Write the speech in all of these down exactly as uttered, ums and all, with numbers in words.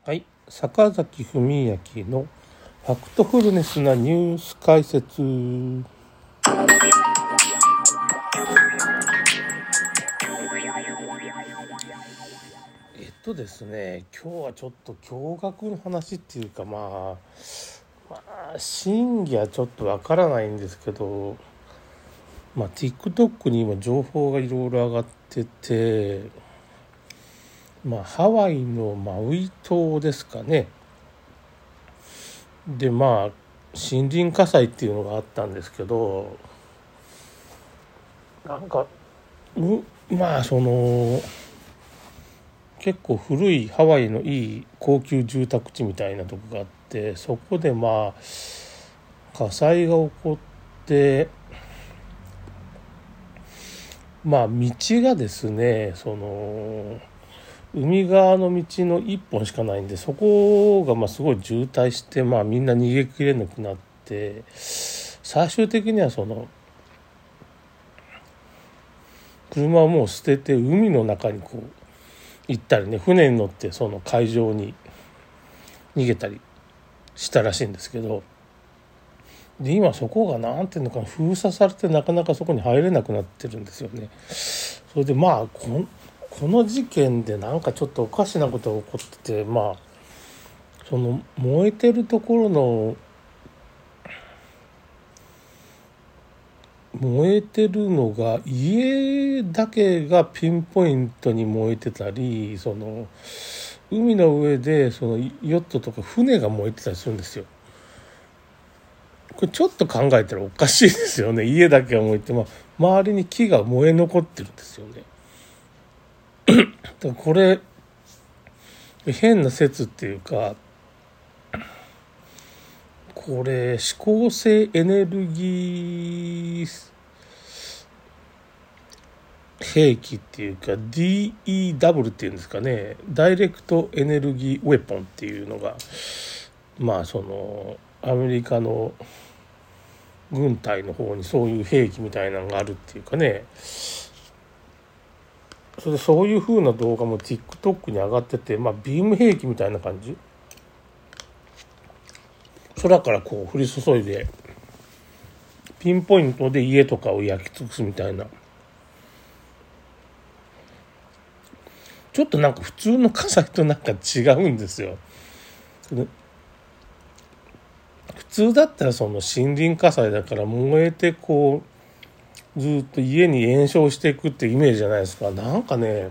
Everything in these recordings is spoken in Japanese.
はい、坂崎文明のファクトフルネスなニュース解説。えっとですね、今日はちょっと驚愕の話っていうか、まあ、まあ、真偽はちょっとわからないんですけど、まあ、TikTok に今情報がいろいろ上がってて、まあ、ハワイのマウイ島ですかね。で、まあ、森林火災っていうのがあったんですけど、なんか、うまあ、その、結構古いハワイのいい高級住宅地みたいなとこがあって、そこでまあ、火災が起こって、まあ、道がですね、その、海側の道の一本しかないんで、そこがまあすごい渋滞して、まあみんな逃げきれなくなって、最終的にはその、車をもう捨てて海の中にこう行ったりね、船に乗ってその海上に逃げたりしたらしいんですけど、で今そこがなんていうのかな、封鎖されてなかなかそこに入れなくなってるんですよね。それでまあここの事件でなんかちょっとおかしなことが起こってて、まあその燃えてるところの燃えてるのが家だけがピンポイントに燃えてたり、その海の上でそのヨットとか船が燃えてたりするんですよ。これちょっと考えたらおかしいですよね。家だけが燃えて、まあ、周りに木が燃え残ってるんですよね。だからこれ変な説っていうか、これ指向性エネルギー兵器っていうか ディーイーダブリュー っていうんですかね、ダイレクトエネルギーウェポンっていうのがまあそのアメリカの軍隊の方にそういう兵器みたいなのがあるっていうかね、それでそういう風な動画も TikTok に上がってて、まあビーム兵器みたいな感じ、空からこう降り注いでピンポイントで家とかを焼き尽くすみたいな、ちょっとなんか普通の火災となんか違うんですよ。普通だったらその森林火災だから燃えてこうずっと家に延焼していくってイメージじゃないですか。なんかね、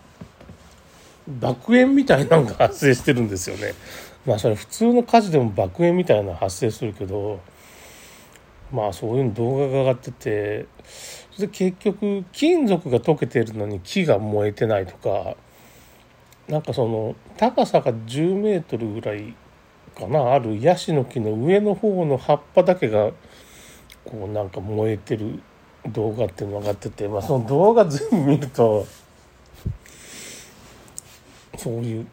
爆炎みたいなのが発生してるんですよね。まあそれ普通の火事でも爆炎みたいなの発生するけど、まあそういう動画が上がってて、それで結局金属が溶けてるのに木が燃えてないとか、なんかその高さがじゅうメートルぐらいかなあるヤシの木の上の方の葉っぱだけがこうなんか燃えてる動画っていうのが上がってて、まあその動画全部見るとそういう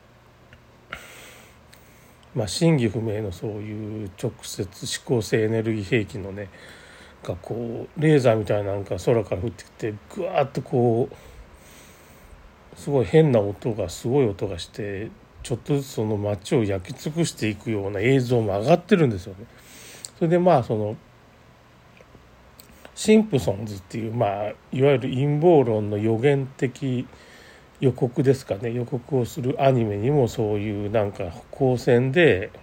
まあ真偽不明のそういう直接指向性エネルギー兵器のねがこうレーザーみたいなのが空から降ってきてぐわーっとこうすごい変な音がすごい音がしてちょっとずつその街を焼き尽くしていくような映像も上がってるんですよね。それでまあそのシンプソンズっていうまあいわゆる陰謀論の予言的予告ですかね、予告をするアニメにもそういうなんか光線で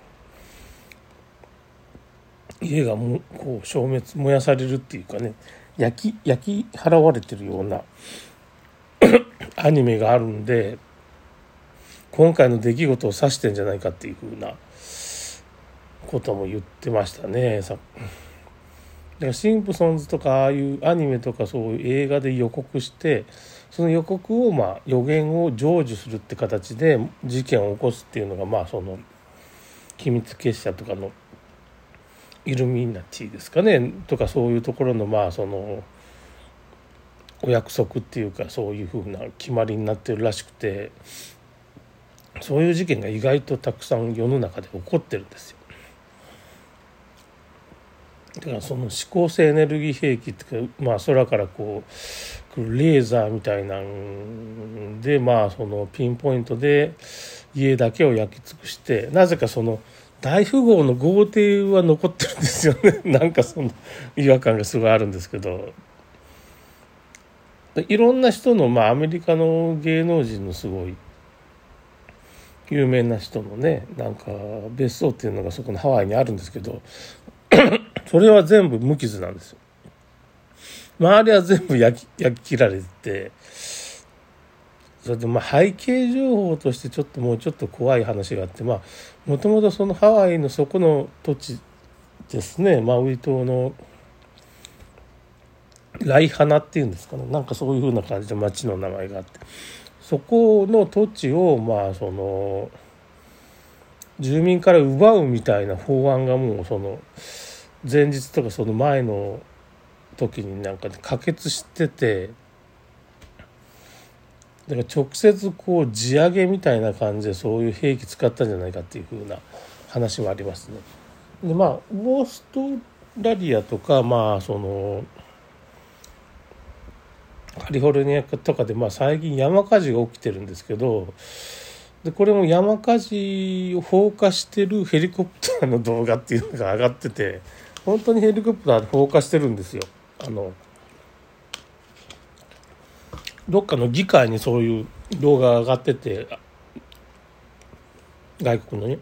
家がもこう消滅燃やされるっていうかね、焼き焼き払われてるようなアニメがあるんで、今回の出来事を指してんじゃないかっていうふうなことも言ってましたね。さだからシンプソンズとかああいうアニメとかそういう映画で予告して、その予告をまあ予言を成就するって形で事件を起こすっていうのがまあその秘密結社とかのイルミナティですかねとかそういうところのまあそのお約束っていうかそういうふうな決まりになってるらしくて、そういう事件が意外とたくさん世の中で起こってるんですよ。だからその指向性エネルギー兵器っていうか、まあ空からこうレーザーみたいなんでまあそのピンポイントで家だけを焼き尽くして、なぜかその大富豪の豪邸は残ってるんですよね。なんかその違和感がすごいあるんですけど、いろんな人の、まあアメリカの芸能人のすごい有名な人のね、なんか別荘っていうのがそこのハワイにあるんですけど、それは全部無傷なんですよ。周りは全部焼き焼き切られてて、それでまあ背景情報としてちょっともうちょっと怖い話があって、まあもともとそのハワイのそこの土地ですね、マウイ島のライハナっていうんですかね、なんかそういう風な感じで町の名前があって、そこの土地をまあその住民から奪うみたいな法案がもうその前日とかその前の時になんか可決してて、だから直接こう地上げみたいな感じでそういう兵器使ったんじゃないかっていう風な話もありますね。でまあオーストラリアとかまあそのカリフォルニアとかでまあ最近山火事が起きてるんですけど、でこれも山火事を放火してるヘリコプターの動画っていうのが上がってて、本当にヘリコプターで放火してるんですよ。あのどっかの議会にそういう動画が上がってて、外国のね、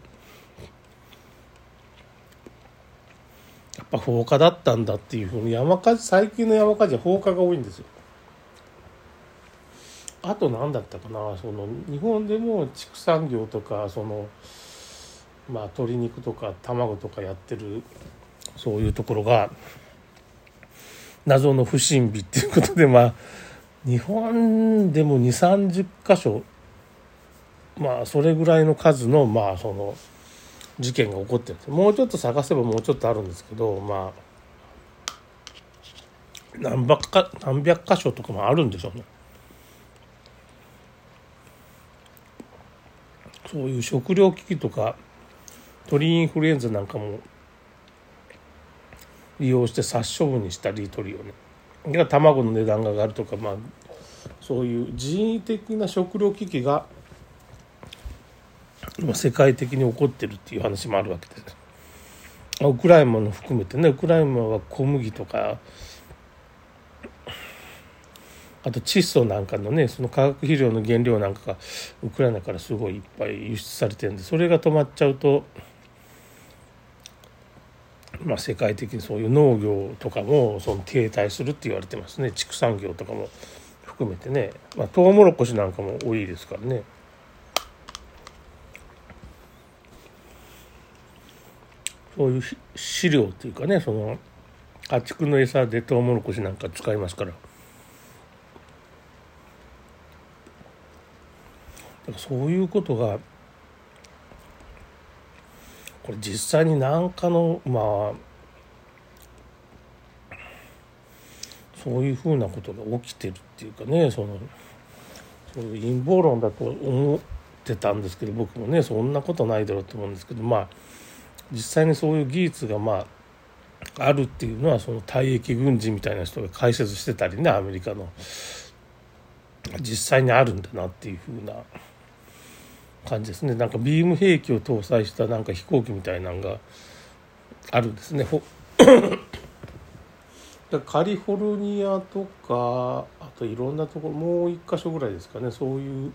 やっぱ放火だったんだっていうふうに、山火事、最近の山火事は放火が多いんですよ。あと何だったかな、その日本でも畜産業とかそのまあ鶏肉とか卵とかやってるそういうところが謎の不審火っていうことで、まあ日本でもにじゅう、さんじゅっか所、まあそれぐらいの数のまあその事件が起こってるんです。もうちょっと探せばもうちょっとあるんですけど、まあ何百か何百箇所とかもあるんでしょうね。そういう食糧危機とか鳥インフルエンザなんかも利用して殺処分にしたり鳥をね、だから卵の値段が上がるとか、まあそういう人為的な食糧危機が今世界的に起こってるっていう話もあるわけです。ウクライナも含めてね、ウクライナは小麦とか、あと窒素なんかのね、その化学肥料の原料なんかがウクライナからすごいいっぱい輸出されてるんで、それが止まっちゃうと、まあ世界的にそういう農業とかもその停滞するって言われてますね。畜産業とかも含めてね、まあトウモロコシなんかも多いですからね。そういう飼料っていうかね、その家畜の餌でトウモロコシなんか使いますから。だからそういうことがこれ実際に何かのまあそういうふうなことが起きてるっていうかね、そのそういう陰謀論だと思ってたんですけど、僕もねそんなことないだろうと思うんですけど、まあ実際にそういう技術がまああるっていうのはその退役軍人みたいな人が解説してたりね、アメリカの実際にあるんだなっていうふうな感じですね。なんかビーム兵器を搭載したなんか飛行機みたいなのがあるんですね。カリフォルニアとかあといろんなところ、もう一箇所ぐらいですかね、そういう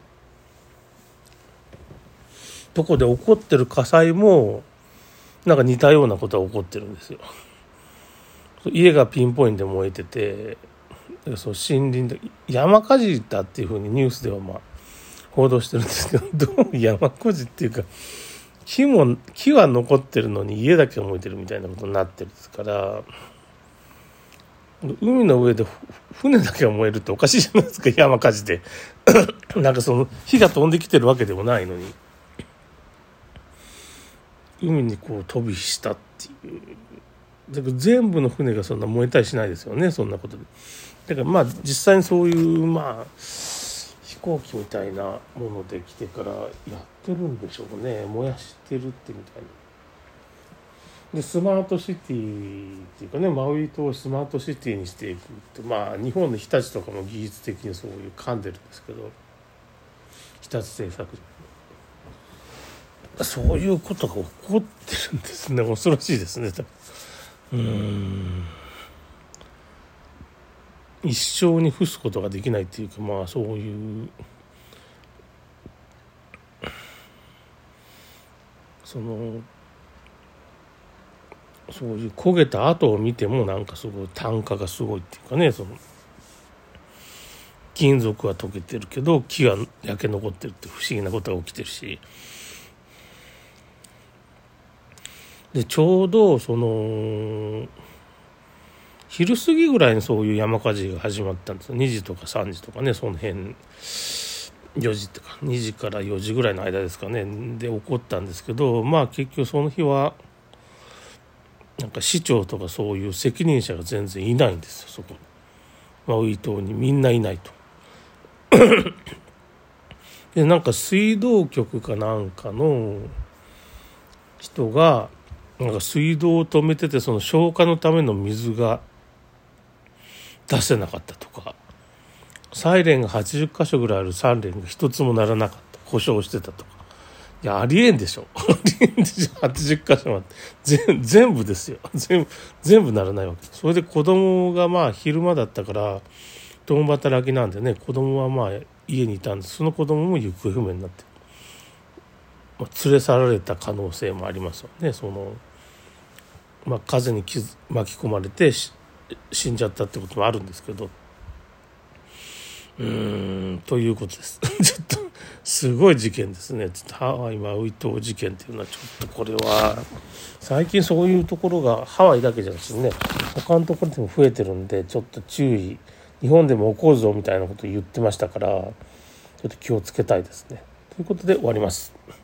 とこで起こってる火災もなんか似たようなことが起こってるんですよ。家がピンポイントで燃えてて、そう森林で山火事だっていうふうにニュースではまあ報道してるんですけど、どうも山火事っていうか木も木は残ってるのに家だけが燃えてるみたいなことになってるんですから、海の上で船だけが燃えるっておかしいじゃないですか、山火事でなんかその火が飛んできてるわけでもないのに海にこう飛び火したっていう。だから全部の船がそんな燃えたりしないですよね、そんなことで。だからまあ実際にそういうまあ飛行機みたいなもので来てからやってるんでしょうね、燃やしてるってみたいな。でスマートシティっていうかね、マウイ島をスマートシティにしていくって、まあ日本の日立とかも技術的にそういう噛んでるんですけど、日立製作所そういうことが起こってるんですね。恐ろしいですね。うーん一生に付すことができないっていうか、まあそういうそのそういう焦げた跡を見てもなんかすごい炭化がすごいっていうかね、その金属は溶けてるけど木は焼け残ってるって不思議なことが起きてるし、でちょうどその昼過ぎぐらいにそういう山火事が始まったんですよ。にじとかさんじとかね、その辺よじとかにじからよじぐらいの間ですかねで起こったんですけど、まあ結局その日はなんか市長とかそういう責任者が全然いないんですよ、そこに。マウイ島にみんないないと。でなんか水道局かなんかの人がなんか水道を止めてて、その消火のための水が出せなかったとか、サイレンがはちじゅっかしょぐらいあるサイレンが一つも鳴らなかった、故障してたとか。いやありえんでしょありえんでしょはちじゅっかしょまで全全部ですよ、全部全部鳴らないわけ。それで子供がまあ昼間だったから共働きなんでね、子供はまあ家にいたんです。その子供も行方不明になって、まあ、連れ去られた可能性もありますよね。そのまあ風に巻き込まれて死んじゃったってこともあるんですけど、うーんということですちょっとすごい事件ですね。ちょっとハワイマウイ島事件っていうのはちょっとこれは最近そういうところがハワイだけじゃなくてね、他のところでも増えてるんで、ちょっと注意、日本でも起こるぞみたいなことを言ってましたから、ちょっと気をつけたいですね。ということで終わります。